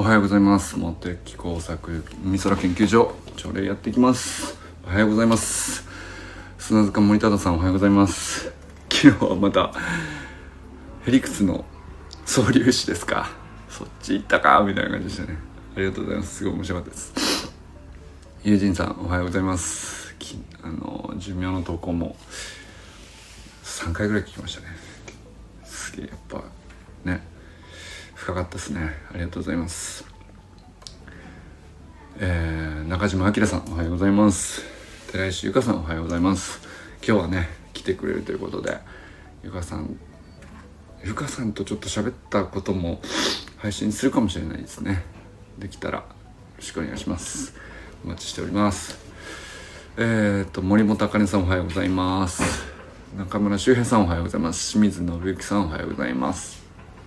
はようございます。茂木工作美空研究所朝礼やっていきます。おはようございます。砂塚森忠さん、おはようございます。昨日はまたヘリクツの総粒子ですか、そっち行ったかみたいな感じでしたね。ありがとうございます。すごい面白かったです。友人さん、おはようございます。寿命の投稿も3回ぐらい聞きましたね。すげえ、やっぱね、深かったですね。ありがとうございます。中島明さん、おはようございます。寺石ゆかさん、おはようございます。今日はね来てくれるということで、ゆかさんとちょっと喋ったことも配信するかもしれないですね。できたらよろしくお願いします。お待ちしております。森本茜さん、おはようございます。中村修平さん、おはようございます。清水信之さん、おはようございます。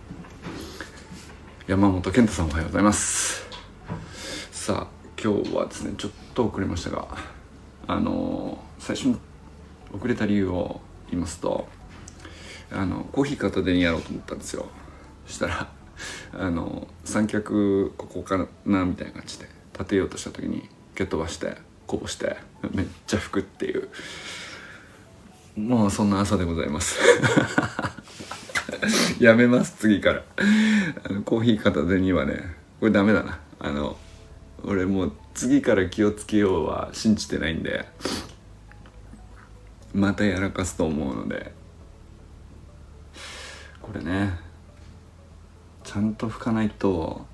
山本健太さん、おはようございます。さあ今日はですね、ちょっと遅れましたが、最初に遅れた理由を言いますと、コーヒー片手にやろうと思ったんですよ。そしたら三脚ここかなみたいな感じで立てようとした時に蹴っ飛ばしてこぼしてめっちゃ吹くっていう、もうそんな朝でございますやめます、次からコーヒー片手にはね、これダメだな。俺もう次から気をつけようは信じてないんで、またやらかすと思うので、これねちゃんと吹かないと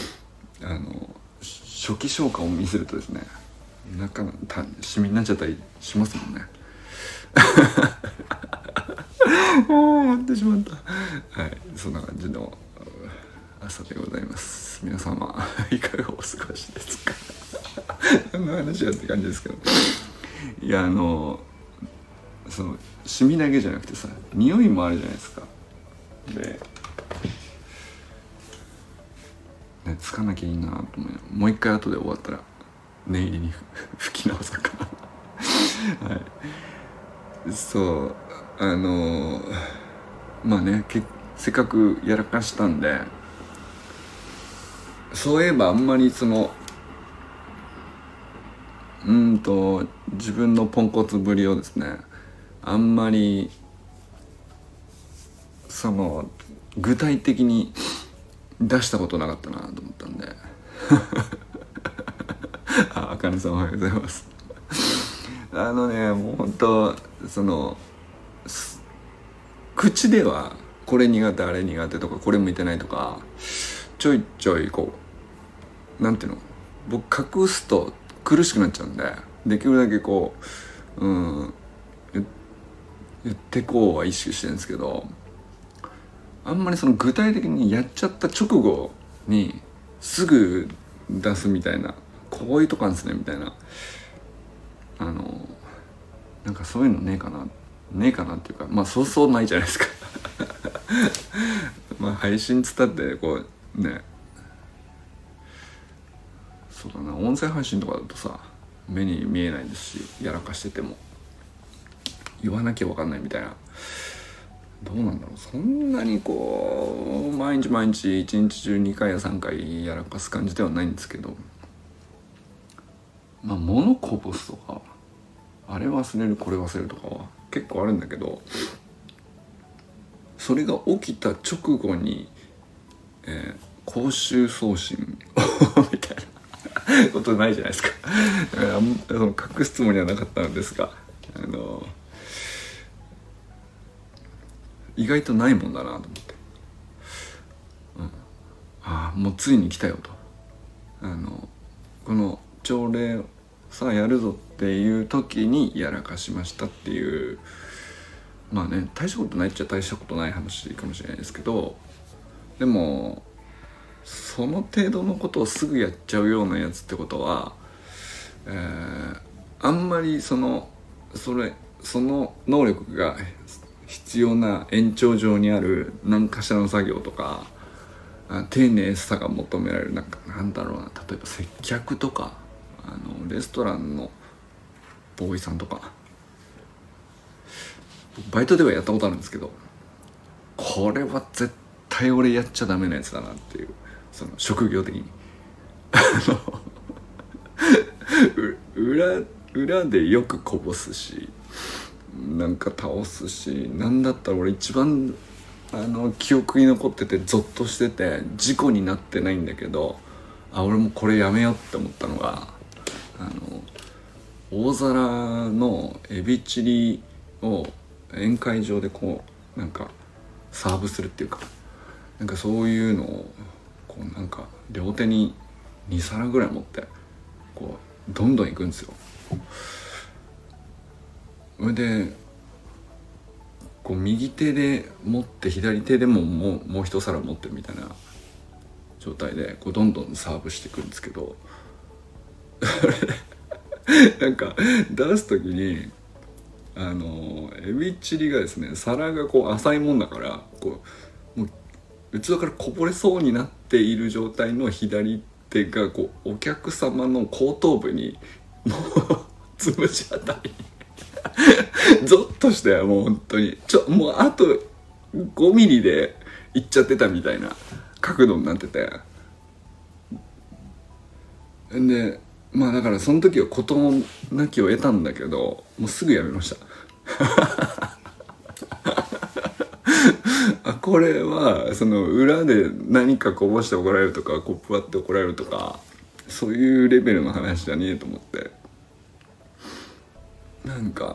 初期消火を見せるとですね、シミになっちゃったりしますもんね終わってしまった。はい、そんな感じの朝でございます。皆様いかがお過ごしですか何の話やって感じですけど、いやそのシミだけじゃなくてさ、匂いもあるじゃないですか。で、ね、つかなきゃいいなと思う。もう一回後で終わったら念入りに吹き直そうかなはい、そうまあね、せっかくやらかしたんで、そういえばあんまり自分のポンコツぶりをですね、あんまり具体的に出したことなかったなと思ったんであかねさん、おはようございますもうほんと口ではこれ苦手あれ苦手とかこれ向いてないとかちょいちょいこうなんていうの、僕隠すと苦しくなっちゃうんで、できるだけこう言ってこうは意識してるんですけど、あんまり具体的にやっちゃった直後にすぐ出すみたいな、こういうとこあるんですねみたいな、なんかそういうのねえかなっていうか、まあそうそうないじゃないですかまあ配信つったってこうね、そうだな、音声配信とかだとさ目に見えないですし、やらかしてても言わなきゃ分かんないみたいな、どうなんだろう、そんなにこう毎日1日中2回や3回やらかす感じではないんですけど、まあ物こぼすとかあれ忘れるこれ忘れるとかは結構あるんだけど、それが起きた直後に、公衆送信みたいなことないじゃないですかだから隠すつもりはなかったのですが、意外とないもんだなと思って、もうついに来たよと、この朝礼さあやるぞっていう時にやらかしましたっていう、まあね、大したことないっちゃ大したことない話かもしれないですけど、でもその程度のことをすぐやっちゃうようなやつってことは、あんまりその能力が必要な延長上にある何かしらの作業とか、丁寧さが求められる、なんだろうな、例えば接客とかレストランのボーイさんとか、バイトではやったことあるんですけど、これは絶対俺やっちゃダメなやつだなっていう、職業的に裏でよくこぼすし、なんか倒すし、なんだったら俺一番記憶に残っててゾッとしてて、事故になってないんだけど、俺もこれやめようって思ったのが、大皿のエビチリを宴会場でこうなんかサーブするっていうか、なんかそういうのをこうなんか両手に2皿ぐらい持ってこうどんどん行くんですよ。それでこう右手で持って左手でもう一皿持ってるみたいな状態でこうどんどんサーブしていくんですけどなんか出す時にエビチリがですね、皿がこう浅いもんだからこうもう器からこぼれそうになっている状態の左手がこうお客様の後頭部にもうつぶし当たりゾッとして、もう本当にもうあと5ミリでいっちゃってたみたいな角度になってて、でまあだからその時は事なきを得たんだけど、もうすぐやめましたこれはその裏で何かこぼして怒られるとかコップ割って怒られるとかそういうレベルの話じゃねえと思って、なんか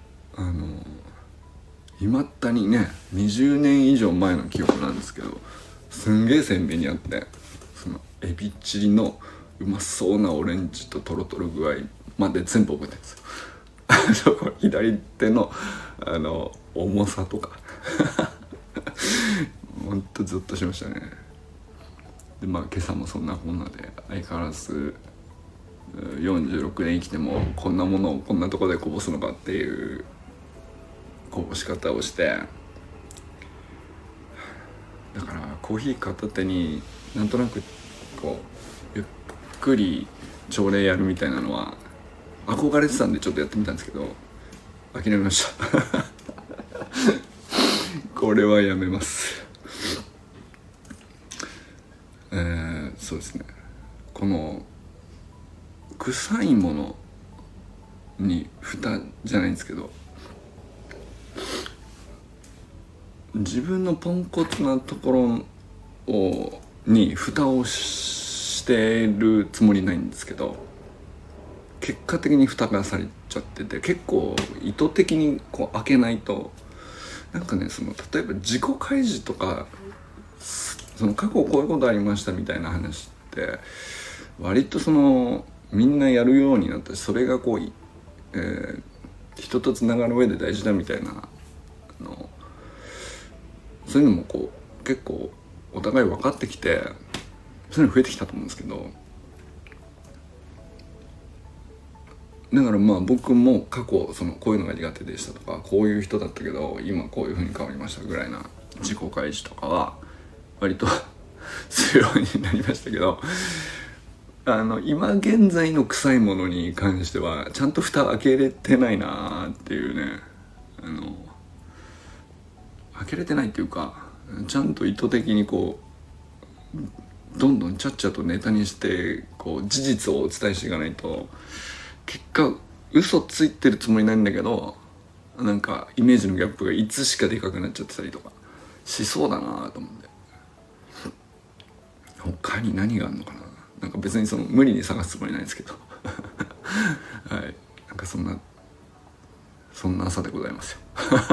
いまだにね20年以上前の記憶なんですけど、すんげえ鮮明にあって、そのエビチリのうまそうなオレンジとトロトロ具合まで全部覚えてるんですよ左手の重さとかほんとずっとしましたね。でまあ今朝もそんなこんなで相変わらず46年生きてもこんなものをこんなとこでこぼすのかっていうこぼし方をして、だからコーヒー片手になんとなくこうゆっくり朝礼やるみたいなのは憧れてたんでちょっとやってみたんですけど諦めましたこれはやめます。そうですね、この臭いものに蓋じゃないんですけど、自分のポンコツなところに蓋をしてるつもりないんですけど、結果的に蓋がされちゃってて、結構意図的にこう開けないと、なんかね、その例えば自己開示とかその過去こういうことありましたみたいな話って割とそのみんなやるようになったし、それがこう、人とつながる上で大事だみたいなそういうのもこう結構お互い分かってきて、そういうの増えてきたと思うんですけど、だからまあ僕も過去そのこういうのが苦手でしたとか、こういう人だったけど今こういう風に変わりましたぐらいな自己開示とかは割とするようになりましたけど、今現在の臭いものに関してはちゃんと蓋開けれてないなっていうね、開けれてないっていうか、ちゃんと意図的にこうどんどんちゃっちゃとネタにしてこう事実をお伝えしていかないと、結果嘘ついてるつもりないんだけど、なんかイメージのギャップがいつしかでかくなっちゃってたりとかしそうだなと思って、他に何があるのかな、なんか別にその無理に探すつもりないんですけどはい、なんかそんな朝でございますよ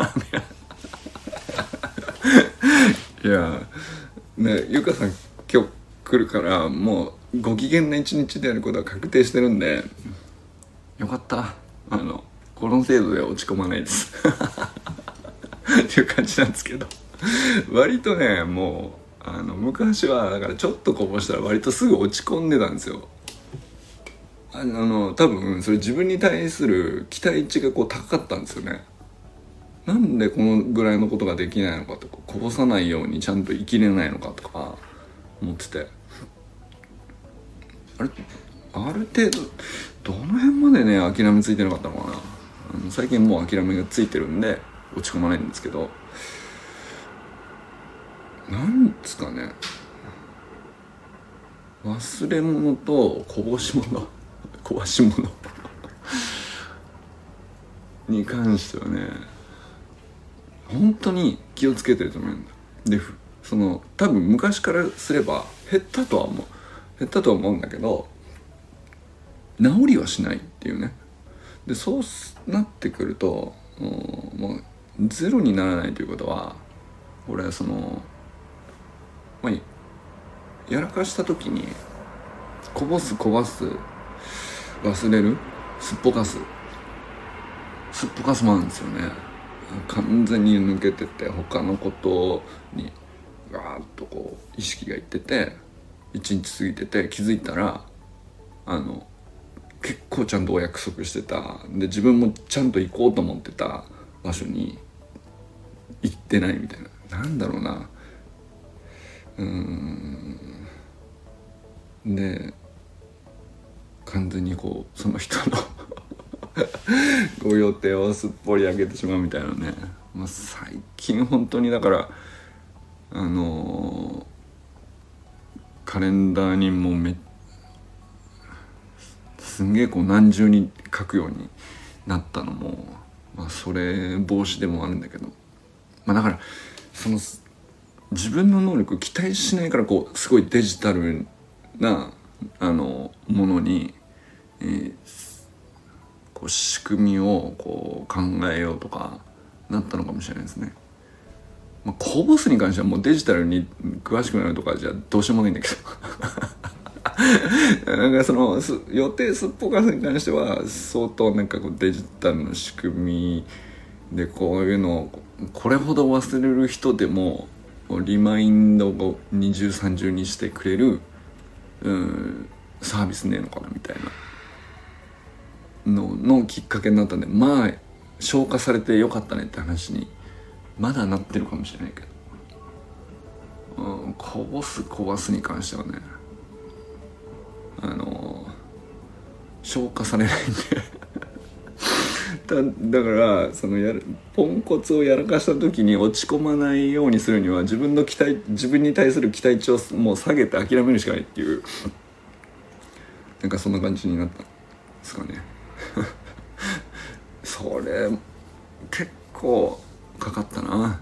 いやね、ゆかさん今日来るからもうご機嫌な一日であることは確定してるんで、よかった、この程度では落ち込まないですっていう感じなんですけど、割とねもう昔はだからちょっとこぼしたら割とすぐ落ち込んでたんですよ。多分それ自分に対する期待値がこう高かったんですよね。なんでこのぐらいのことができないのかとか、こぼさないようにちゃんと生きれないのかとか思ってて、ある程度どの辺までね諦めついてなかったのかな。最近もう諦めがついてるんで落ち込まないんですけど、なんですかね、 忘れ物とこぼし物壊し物に関してはね本当に気をつけてると思うんだ。で多分昔からすれば減ったとは思うんだけど治りはしないっていうね。でそうなってくるともうゼロにならないということは俺はやらかした時にこぼす忘れるすっぽかすもあるんですよね。完全に抜けてて他のことにガーッとこう意識がいってて一日過ぎてて気づいたら結構ちゃんとお約束してたで自分もちゃんと行こうと思ってた場所に行ってないみたいな。なんだろうなで完全にこうその人のご予定をすっぽり上げてしまうみたいなね。最近本当にだからカレンダーにもすんげえこう何重に書くようになったのも、それ防止でもあるんだけど、だから自分の能力期待しないからこうすごいデジタルなものに、こう仕組みをこう考えようとかなったのかもしれないですね。こぼすに関してはもうデジタルに詳しくなるとかじゃどうしようもないんだけどなんか予定すっぽかすに関しては相当なんかこうデジタルの仕組みでこういうのをこれほど忘れる人でもリマインドを二重三重にしてくれるサービスねえのかなみたいなのきっかけになったんで消化されてよかったねって話にまだなってるかもしれないけど、こぼすに関してはね消化されないんでだからポンコツをやらかした時に落ち込まないようにするには自分に対する期待値をもう下げて諦めるしかないっていうなんかそんな感じになったんですかねそれ結構かかったな。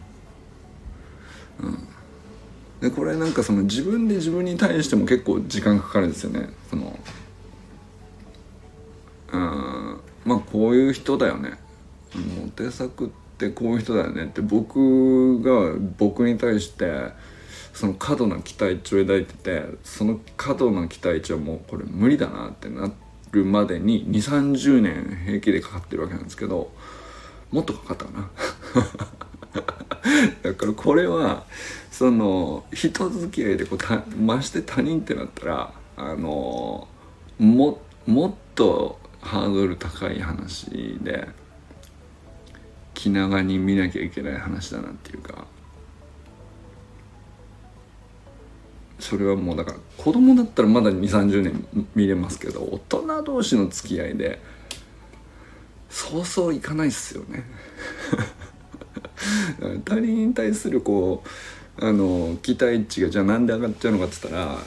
でこれなんか自分で自分に対しても結構時間かかるんですよね。こういう人だよね、モテ作ってこういう人だよねって僕が僕に対して過度な期待値を抱いてて、その過度な期待値はもうこれ無理だなってなるまでに 2,30 年平気でかかってるわけなんですけど、もっとかかったかなだからこれは人付き合いでまして他人ってなったらもっとハードル高い話で気長に見なきゃいけない話だなっていうか、それはもうだから子供だったらまだ 2,30 年見れますけど、大人同士の付き合いでそうそういかないっすよね他人に対する期待値がじゃあなんで上がっちゃうのかって言ったら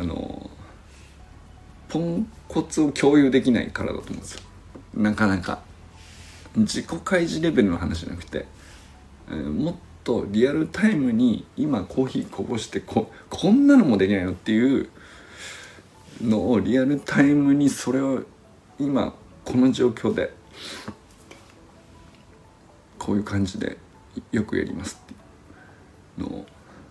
ポンコツを共有できないからだと思うんですよ。なかなか自己開示レベルの話じゃなくて、もっとリアルタイムに今コーヒーこぼしてこんなのもできないのっていうのをリアルタイムにそれを今この状況でこういう感じでよくやりますっていうのを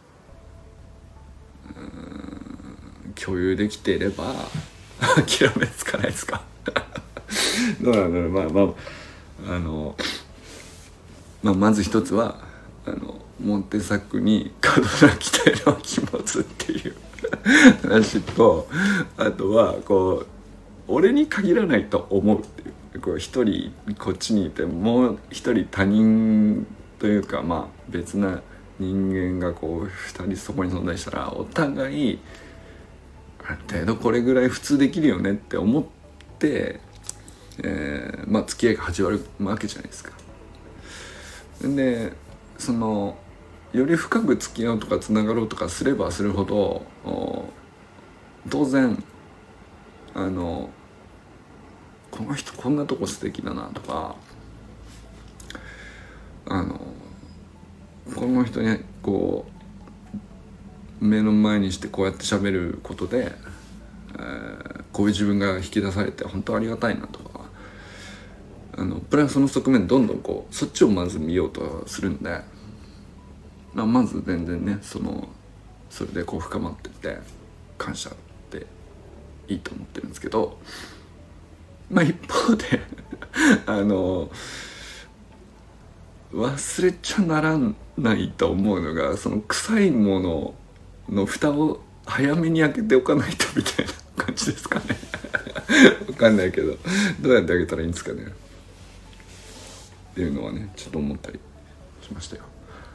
共有できていれば諦めつかないですかどうなんだろう。まず一つはモテ作に過度な期待の気持ちっていう話と、あとは俺に限らないと思うっていう、一人こっちにいてもう一人他人というか別な人間が二人そこに存在したらお互いある程度これぐらい普通できるよねって思って付き合いが始まるわけじゃないですか。でより深く付き合うとかつながろうとかすればするほど当然この人こんなとこ素敵だなとかこの人にこう目の前にしてこうやって喋ることで、こういう自分が引き出されて本当ありがたいなとかプラスその側面どんどんこうそっちをまず見ようとするんで、まず全然ねそれでこう深まってって感謝っていいと思ってるんですけど、一方で忘れちゃならないと思うのが、その臭いものの蓋を早めに開けておかないとみたいな感じですかねわかんないけどどうやって開けたらいいんですかねっていうのはねちょっと思ったりしましたよ。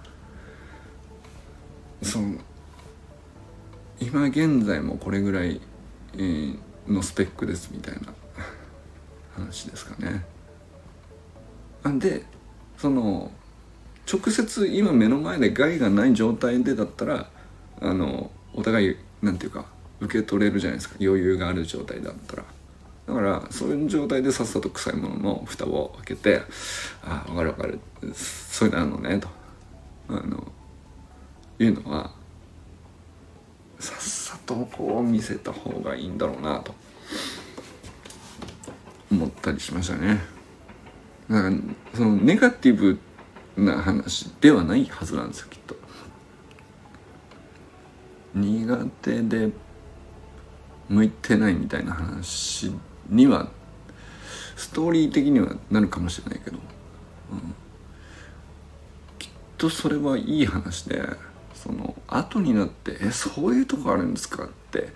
今現在もこれぐらいのスペックですみたいな話ですかね。で直接今目の前で害がない状態でだったらお互いなんていうか受け取れるじゃないですか、余裕がある状態だったら。だからそういう状態でさっさと臭いものの蓋を開けて分かる分かるそういうのあるのねというのはさっさとこう見せた方がいいんだろうなと思ったりしましたね。だからそのネガティブな話ではないはずなんですよきっと。苦手で向いてないみたいな話にはストーリー的にはなるかもしれないけど、きっとそれはいい話で、その後になってそういうとこあるんですかって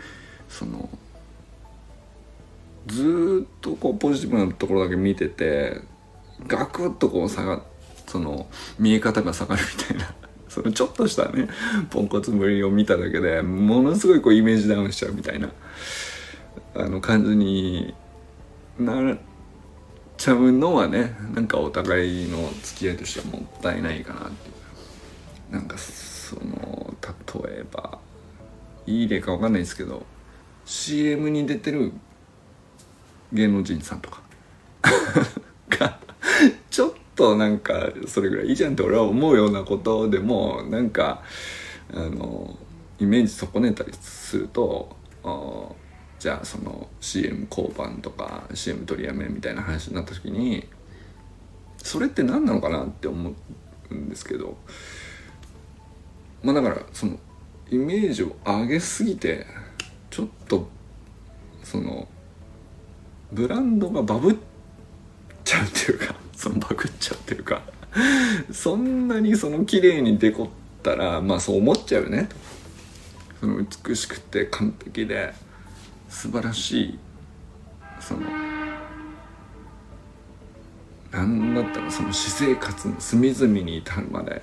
ずっとこうポジティブなところだけ見ててガクッとこう見え方が下がるみたいなそのちょっとしたねポンコツぶりを見ただけでものすごいこうイメージダウンしちゃうみたいな感じになっちゃうのはね、なんかお互いの付き合いとしてはもったいないかなっていう。なんか例えばいい例か分かんないですけど CM に出てる芸能人さんとかがちょっとなんかそれぐらいいいじゃんって俺は思うようなことでもなんかイメージ損ねたりするとじゃあその CM 降板とか CM 取りやめみたいな話になった時にそれって何なのかなって思うんですけど、だからそのイメージを上げすぎてちょっとブランドがバグっちゃうっていうかバグっちゃうっていうかそんなに綺麗にデコったらそう思っちゃうよねと。美しくて完璧で素晴らしいなんだったら私生活の隅々に至るまで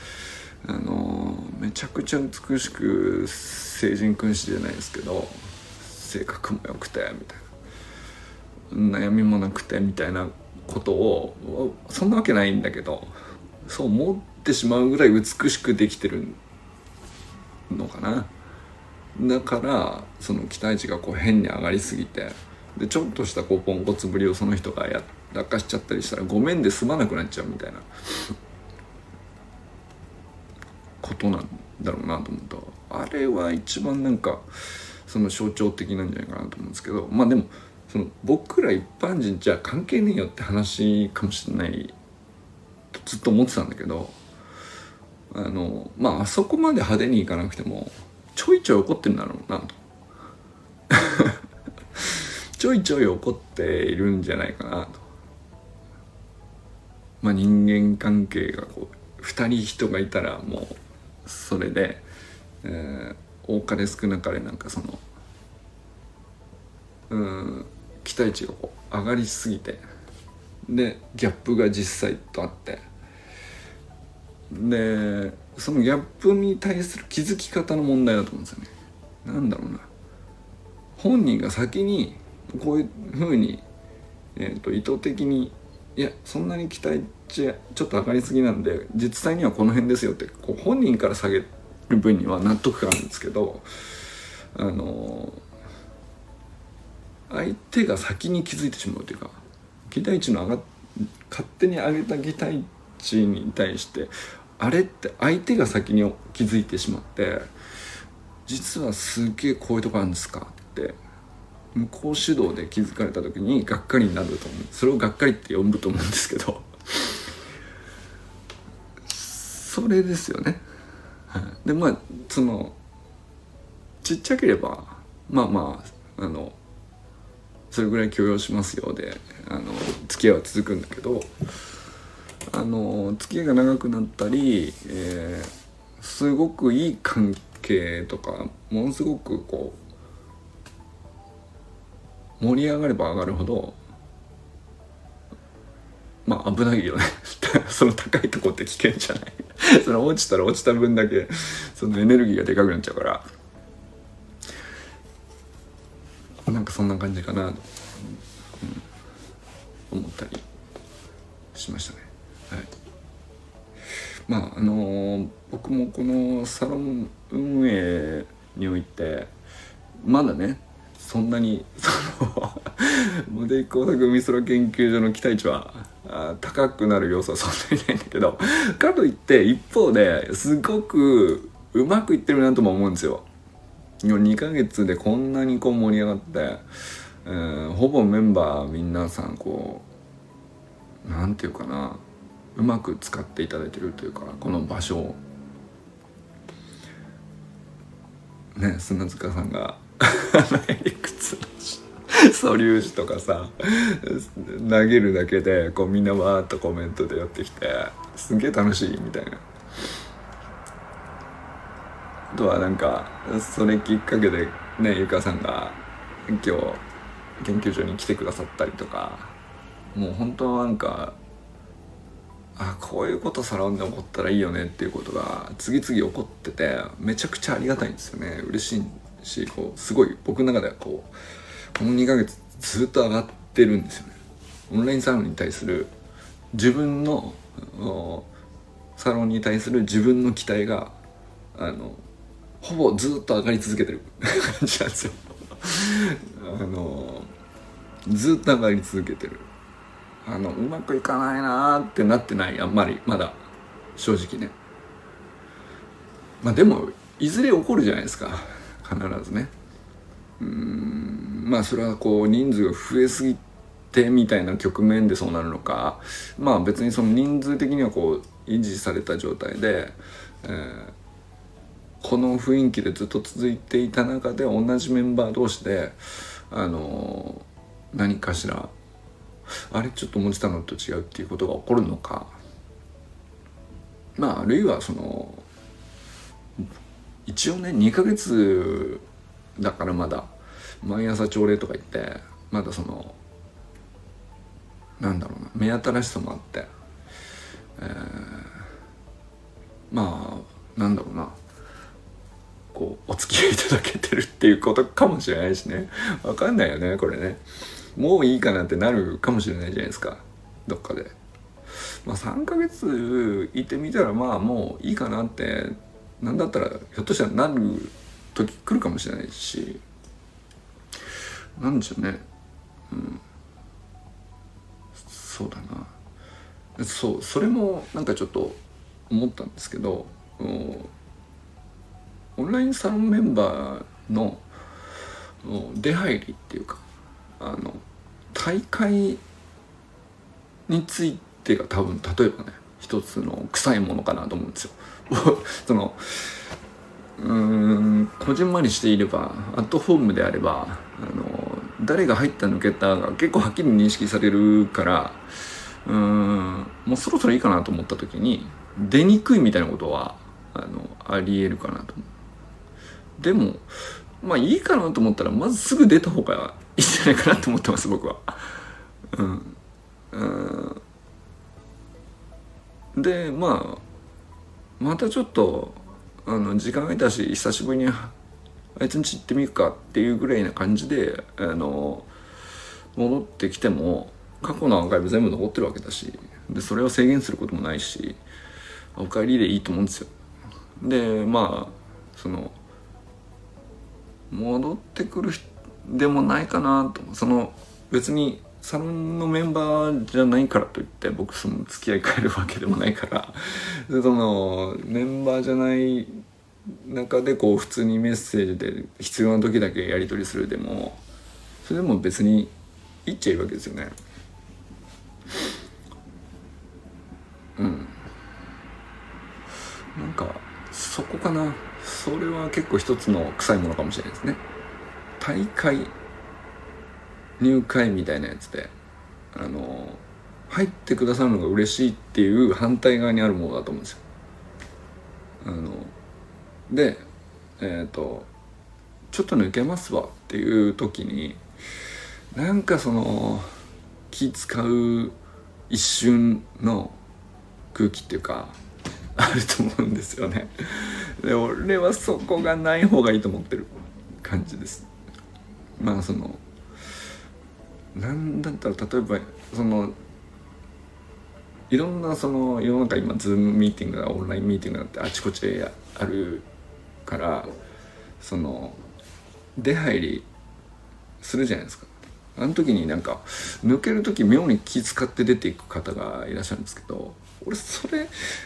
めちゃくちゃ美しく聖人君子じゃないですけど性格も良くてみたいな悩みもなくてみたいなことをそんなわけないんだけどそう思ってしまうぐらい美しくできてるのかな。だから期待値がこう変に上がりすぎてでちょっとしたこうポンコツぶりをその人が落下しちゃったりしたらごめんで済まなくなっちゃうみたいなことなんだろうなと思うと、あれは一番なんか象徴的なんじゃないかなと思うんですけど、でも僕ら一般人じゃ関係ねえよって話かもしれないとずっと思ってたんだけどあそこまで派手にいかなくてもちょいちょい怒ってるんだろうなとちょいちょい怒っているんじゃないかなと。人間関係がこう2人人がいたらもうそれで、多かれ少なかれなんか期待値がこう上がりすぎてでギャップが実際とあってでそのギャップに対する気づき方の問題だと思うんですよね。なんだろうな、本人が先にこういう風に、意図的にいやそんなに期待値ちょっと上がりすぎなんで実際にはこの辺ですよってこう本人から下げる分には納得感あるんですけど相手が先に気づいてしまうというか、期待値の勝手に上げた期待値に対してあれって相手が先に気づいてしまって、実はすげえこういうとこあるんですかって向こう主導で気づかれた時にがっかりになると思う。それをがっかりって呼ぶと思うんですけどそれですよね。でまあそのちっちゃければまあそれぐらい許容しますよで付き合いは続くんだけど、付き合いが長くなったり、すごくいい関係とかものすごくこう盛り上がれば上がるほどまあ危ないよねその高いとこって危険じゃないその落ちたら落ちた分だけそのエネルギーがでかくなっちゃうから、なんかそんな感じかなと、思ったりしましたね。はい。まあ僕もこのサロン運営においてまだねそんなに茂出木工作海空研究所の期待値は高くなる要素はそんなにないんだけど、かといって一方ですごくうまくいってるなとも思うんですよ。2ヶ月でこんなにこう盛り上がって、ほぼメンバー皆さんこうなんていうかな、うまく使っていただいてるというか、この場所をね、砂塚さんがいくつの素粒子とかさ投げるだけでこうみんなわーっとコメントでやってきてすげえ楽しいみたいな。あとはなんかそれきっかけでね、ゆかさんが今日研究所に来てくださったりとか、もう本当なんかこういうことサロンで起こったらいいよねっていうことが次々起こってて、めちゃくちゃありがたいんですよね。嬉しいし、こうすごい僕の中ではこの2ヶ月ずっと上がってるんですよね。オンラインサロンに対する自分のサロンに対する自分の期待がほぼずっと上がり続けてる感じなんですよずっと上がり続けてる。うまくいかないなーってなってない、あんまりまだ正直ね。まあでもいずれ起こるじゃないですか、必ずね。まあそれはこう人数が増えすぎてみたいな局面でそうなるのか、まあ別にその人数的にはこう維持された状態で、この雰囲気でずっと続いていた中で同じメンバー同士で何かしらあれちょっと思ってたのと違うっていうことが起こるのか、まああるいはその一応ね2ヶ月だからまだ毎朝朝礼とか言ってまだそのなんだろうな、目新しさもあって、まあなんだろうな、こうお付き合いいただけてるっていうことかもしれないしね、分かんないよねこれね。もういいかなってなるかもしれないじゃないですか、どっかで。まあ3ヶ月いてみたらまあもういいかなって、なんだったらひょっとしたらなる時来るかもしれないし、なんでしょうね、そうだな、それもなんかちょっと思ったんですけど、オンラインサロンメンバーの出入りっていうか大会についてが多分例えばね一つの臭いものかなと思うんですよそのこじんまりしていればアットホームであれば誰が入った抜けたが結構はっきり認識されるから、もうそろそろいいかなと思った時に出にくいみたいなことはありえるかなと思う。でもまあいいかなと思ったらまずすぐ出た方がいいんじゃないかなと思ってます僕は。でまたちょっと時間空いたし久しぶりにあいつんち行ってみるかっていうぐらいな感じで戻ってきても過去のアーカイブ全部残ってるわけだし、でそれを制限することもないしお帰りでいいと思うんですよ。でまあその戻ってくるでもないかなと。その別にサロンのメンバーじゃないからといって僕その付き合い変えるわけでもないからそのメンバーじゃない中でこう普通にメッセージで必要な時だけやり取りするでもそれでも別にいっちゃいいわけですよね。なんかそこかな。それは結構一つの臭いものかもしれないですね。大会入会みたいなやつで入ってくださるのが嬉しいっていう反対側にあるものだと思うんですよ。でちょっと抜けますわっていう時になんかその気使う一瞬の空気っていうかあると思うんですよね。で俺はそこがない方がいいと思ってる感じです。まあそのなんだったら例えばそのいろんなその世の中今ズームミーティングがオンラインミーティングだってあちこちであるからその出入りするじゃないですか。あの時になんか抜ける時妙に気遣って出ていく方がいらっしゃるんですけど俺それ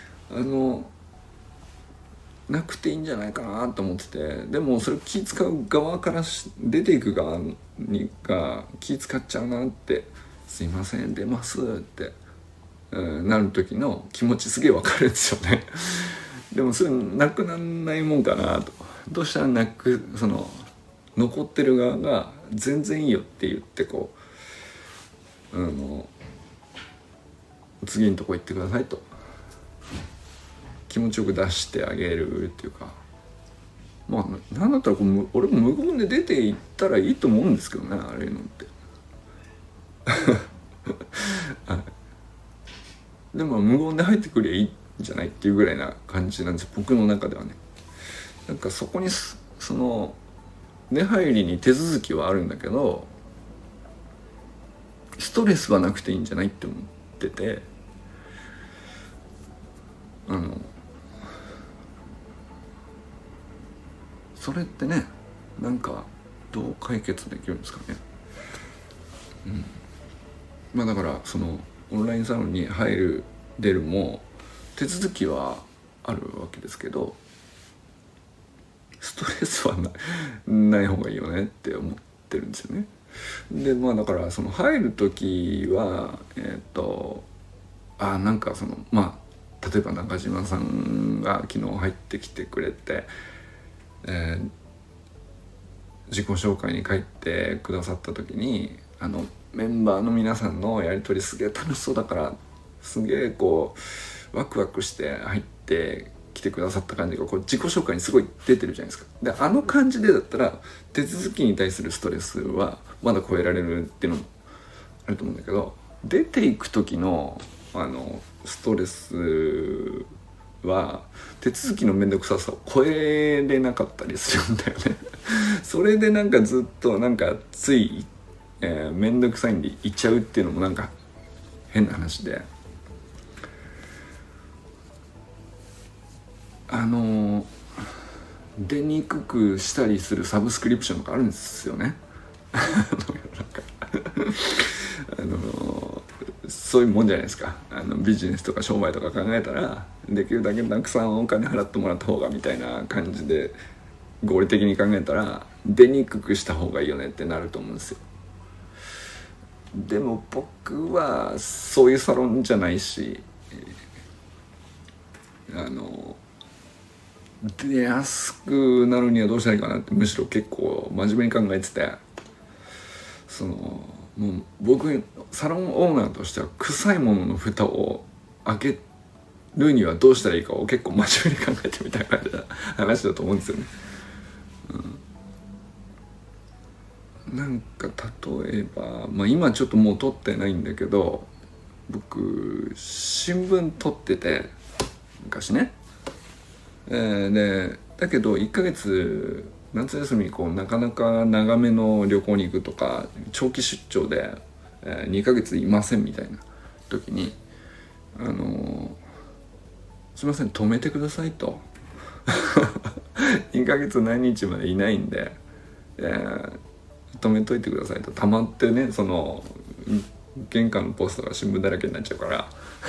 なくていいんじゃないかなと思っててでもそれ気使う側から出ていく側が気使っちゃうなってすいません出ますって、なる時の気持ちすげえわかるんですよねでもそれなくなんないもんかなとどうしたらその残ってる側が全然いいよって言ってこう次のとこ行ってくださいと気持ちよく出してあげるっていうかまあなんだったら俺も無言で出て行ったらいいと思うんですけどねあれのってでも無言で入ってくりゃいいんじゃないっていうぐらいな感じなんですよ僕の中ではね。なんかそこにその出入りに手続きはあるんだけどストレスはなくていいんじゃないって思っててそれってねなんかどう解決できるんですかね。まあだからそのオンラインサロンに入る出るも手続きはあるわけですけどストレスはない方がいいよねって思ってるんですよね。でまあだからその入る時はなんかそのまあ例えば中島さんが昨日入ってきてくれて、自己紹介に帰ってくださった時にメンバーの皆さんのやり取りすげえ楽しそうだからすげえこうワクワクして入って来てくださった感じがこう自己紹介にすごい出てるじゃないですか。であの感じでだったら手続きに対するストレスはまだ超えられるっていうのもあると思うんだけど出ていく時のストレスは手続きの面倒くささを超えれなかったりするんだよねそれでなんかずっとなんかつい面倒くさいんで行っちゃうっていうのもなんか変な話で出にくくしたりするサブスクリプションとかあるんですよねそういうもんじゃないですか。ビジネスとか商売とか考えたらできるだけたくさんお金払ってもらった方がみたいな感じで合理的に考えたら出にくくした方がいいよねってなると思うんですよ。でも僕はそういうサロンじゃないし出やすくなるにはどうしたらいいかなってむしろ結構真面目に考えててもう僕サロンオーナーとしては臭いものの蓋を開けるにはどうしたらいいかを結構真面目に考えてみたいな話だと思うんですよね。なんか例えば、今ちょっともう撮ってないんだけど僕新聞撮ってて昔ね、でだけど1ヶ月夏休みになかなか長めの旅行に行くとか長期出張で、2ヶ月いませんみたいな時にすいません止めてくださいと2ヶ月何日までいないんで、 止めといてくださいと、溜まってね、その玄関のポストが新聞だらけになっちゃうから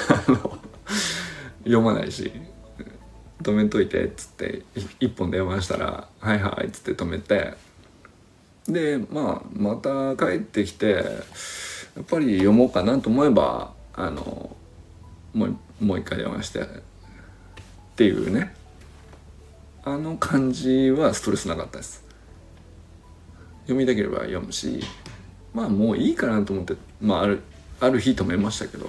読まないし、止めといてっつって一本電話したらはいはいっつって止めて、でまた帰ってきてやっぱり読もうかなと思えばもう一回電話してっていうね、感じはストレスなかったです。読みたければ読むし、もういいかなと思って、ある日止めましたけど、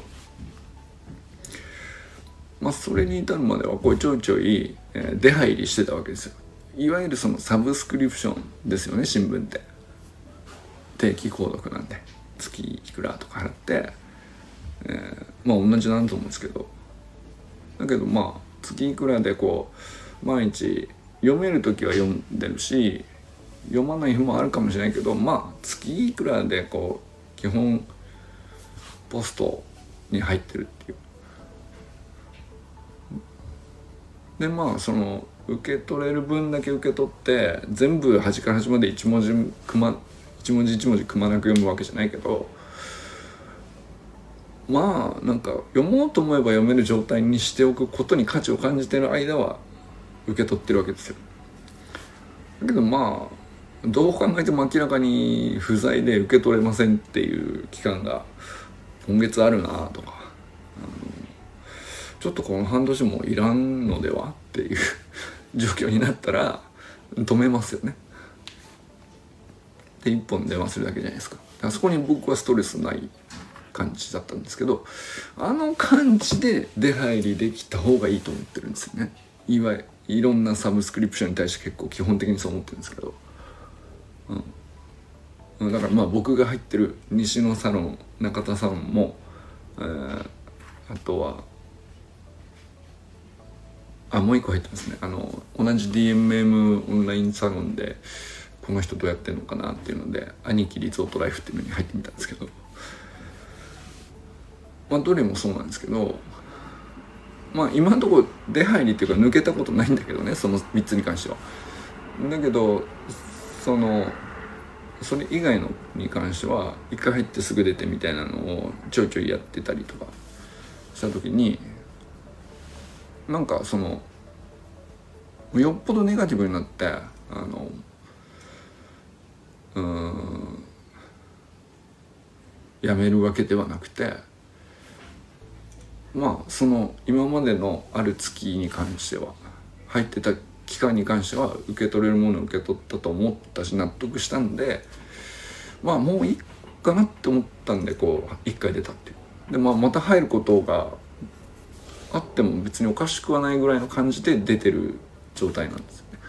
それに至るまではこうちょいちょい、出入りしてたわけですよ。いわゆるそのサブスクリプションですよね。新聞って定期購読なんで月いくらとか払って、同じなんと思うんですけど、だけど月いくらでこう毎日読める時は読んでるし、読まない日もあるかもしれないけど、月いくらでこう基本ポストに入ってるっていう。でその受け取れる分だけ受け取って全部端から端まで一文字一文字くまなく読むわけじゃないけど、なんか読もうと思えば読める状態にしておくことに価値を感じている間は受け取ってるわけですよ。だけどどう考えても明らかに不在で受け取れませんっていう期間が今月あるなとか、ちょっとこの半年もいらんのではっていう状況になったら止めますよね。で一本電話するだけじゃないですか。だからそこに僕はストレスない感じだったんですけど、感じで出入りできた方がいいと思ってるんですよね。いろんなサブスクリプションに対して結構基本的にそう思ってるんですけど、だから僕が入ってる西野サロン、中田サロンも、あとはもう一個入ってますね。同じ DMM オンラインサロンでこの人どうやってんのかなっていうので、兄貴リゾートライフっていうのに入ってみたんですけど、どれもそうなんですけど、今のところ出入りっていうか抜けたことないんだけどね、その3つに関しては。だけどそれ以外のに関しては一回入ってすぐ出てみたいなのをちょいちょいやってたりとかした時に、よっぽどネガティブになってやめるわけではなくて、その今までのある月に関しては、入ってた期間に関しては受け取れるものを受け取ったと思ったし納得したんで、もういいかなって思ったんで一回出たっていう。でまた入ることがあっても別におかしくはないぐらいの感じで出てる状態なんですよね。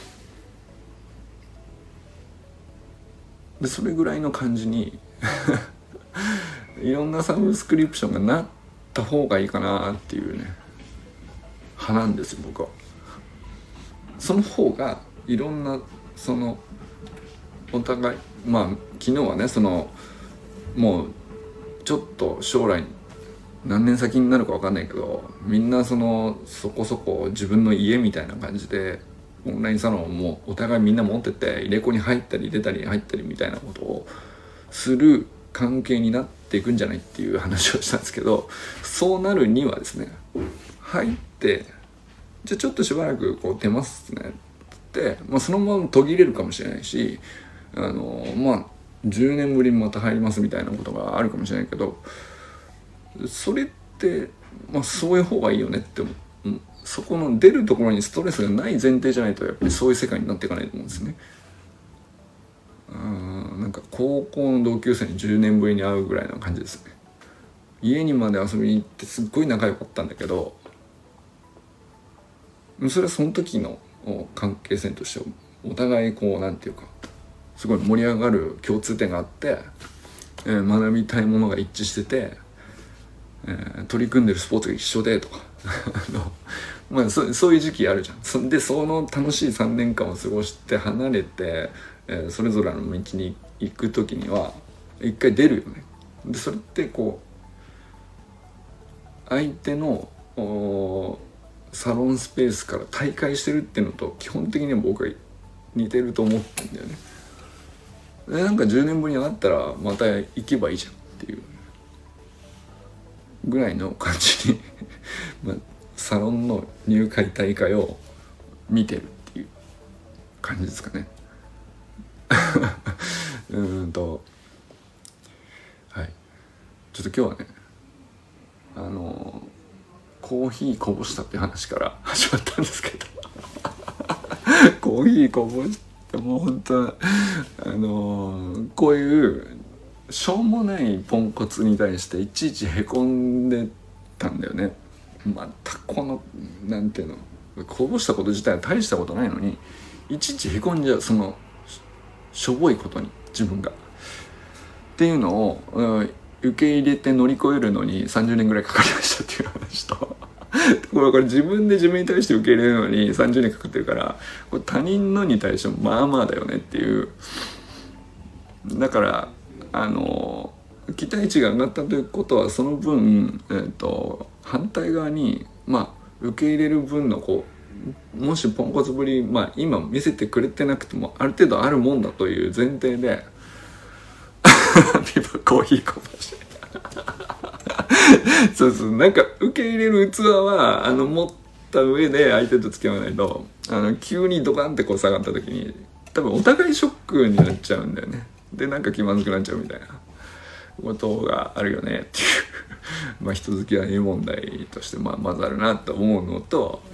でそれぐらいの感じにいろんなサブスクリプションがなった方がいいかなっていうね派なんですよ、僕は。その方がいろんなお互い昨日はねもうちょっと将来何年先になるか分かんないけど、みんなそこそこ自分の家みたいな感じでオンラインサロンもお互いみんな持ってて、入れ子に入ったり出たり入ったりみたいなことをする関係になっていくんじゃないっていう話をしたんですけど、そうなるにはですね、入ってじゃあちょっとしばらく出ますねって、そのまま途切れるかもしれないし、10年ぶりにまた入りますみたいなことがあるかもしれないけど、それってそういう方がいいよねって思う。そこの出るところにストレスがない前提じゃないとやっぱりそういう世界になっていかないと思うんですね。高校の同級生に10年ぶりに会うぐらいな感じですね。家にまで遊びに行ってすっごい仲良かったんだけど、それはその時の関係性としてお互いなんていうかすごい盛り上がる共通点があって、学びたいものが一致してて、取り組んでるスポーツが一緒でとかそういう時期あるじゃん。でその楽しい3年間を過ごして離れて、それぞれの道に行く時には一回出るよね。でそれって相手のサロンスペースから退会してるっていうのと基本的には僕は似てると思ってんだよね。 でなんか10年ぶりに会ったらまた行けばいいじゃんっていうぐらいの感じにまあ、サロンの入会大会を見てるっていう感じですかねはい、ちょっと今日はねコーヒーこぼしたっていう話から始まったんですけどコーヒーこぼしてもう本当こういうしょうもないポンコツに対していちいちへこんでたんだよね。またこのなんていうの、こぼしたこと自体は大したことないのにいちいちへこんじゃう、そのしょぼいことに自分がっていうのを、受け入れて乗り越えるのに30年ぐらいかかりましたっていう話とこれ自分で自分に対して受け入れるのに30年かかってるから、これ他人のに対してもまあまあだよねっていう。だから期待値が上がったということはその分、反対側に受け入れる分のもしポンコツぶり、今見せてくれてなくてもある程度あるもんだという前提でビバコーヒーこぼしてそうなんか受け入れる器は持った上で相手と付き合わないと急にドカンって下がった時に多分お互いショックになっちゃうんだよね。でなんか気まずくなっちゃうみたいなことがあるよねっていう人付き合い問題としてまずあるなと思うのと、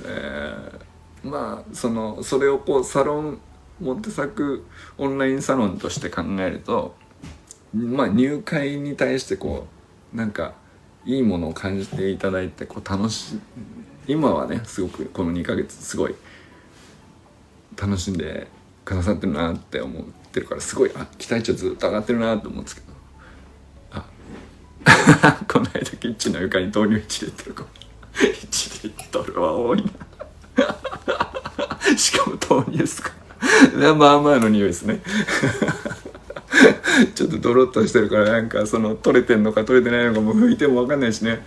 それをサロンモテ作オンラインサロンとして考えると、入会に対してなんかいいものを感じていただいて楽しい、今はねすごくこの2ヶ月すごい楽しんでくださってるなって思ってるから、すごい期待値はずっと上がってるなと思うんですけど、この間キッチンの床に豆乳1リットル1リットルは多いなしかも豆乳ですかまあまあの匂いですねちょっとドロッとしてるからなんか取れてんのか取れてないのかも拭いても分かんないしね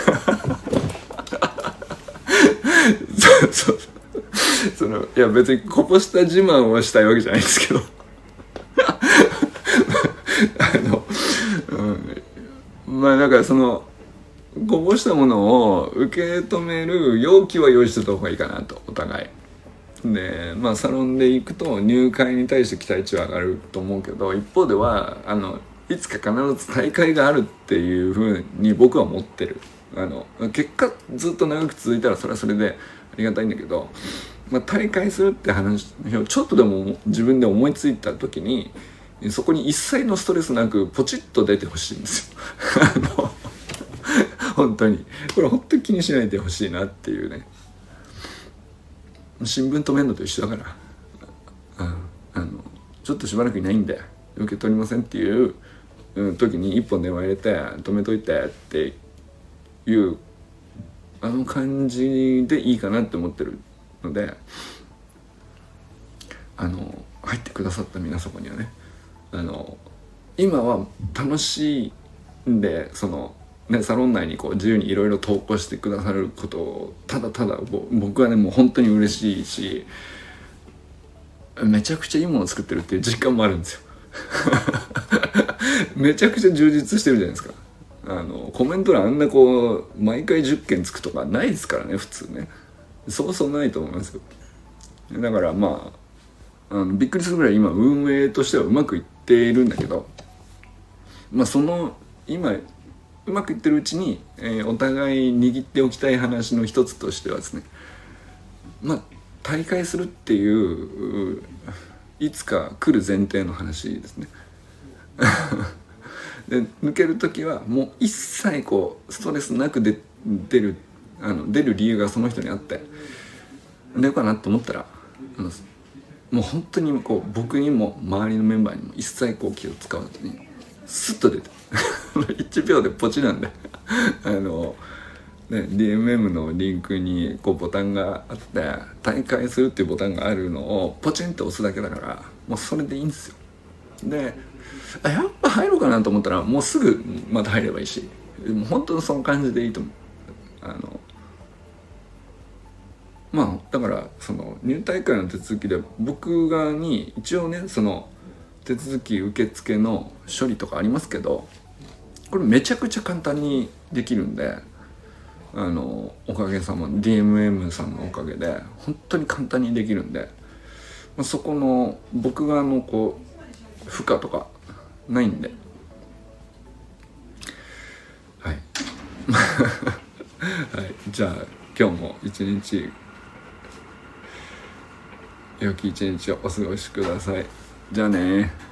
そういや別にこぼした自慢をしたいわけじゃないんですけどだからこぼしたものを受け止める容器は用意してた方がいいかなと、お互いで。サロンで行くと入会に対して期待値は上がると思うけど、一方ではいつか必ず大会があるっていうふうに僕は思ってる。結果ずっと長く続いたらそれはそれでありがたいんだけど、大会するって話をちょっとでも自分で思いついた時にそこに一切のストレスなくポチッと出てほしいんですよ本当にこれ本当に気にしないでほしいなっていうね。新聞止めるのと一緒だから、ちょっとしばらくいないんで受け取りませんっていう時に一本電話入れて止めといてっていう感じでいいかなって思ってるので、入ってくださった皆様にはね、今は楽しいんでサロン内に自由にいろいろ投稿してくださることをただただ僕はねもう本当に嬉しいし、めちゃくちゃいいものを作ってるっていう実感もあるんですよめちゃくちゃ充実してるじゃないですか。コメント欄あんな毎回10件つくとかないですからね、普通ね。そうそうないと思いますよ。だからびっくりするぐらい今運営としてはうまくいっているんだけど、今うまくいってるうちに、お互い握っておきたい話の一つとしてはですね、大会するっていういつか来る前提の話ですねで抜ける時はもう一切ストレスなく出る理由がその人にあってでよかなと思ったらもう本当に僕にも周りのメンバーにも一切気を使わずにスッと出て1秒でポチなんでDMM のリンクにボタンがあって大会するっていうボタンがあるのをポチンと押すだけだからもうそれでいいんですよ。でやっぱ入ろうかなと思ったらもうすぐまた入ればいいし、もう本当にその感じでいいと思う。だから入大会の手続きで僕側に一応ね手手続き受付の処理とかありますけど、これめちゃくちゃ簡単にできるんで、おかげさま DMM さんのおかげで本当に簡単にできるんで、そこの僕がこう負荷とかないんで、はいはい、じゃあ今日も一日良き一日をお過ごしください。じゃあね。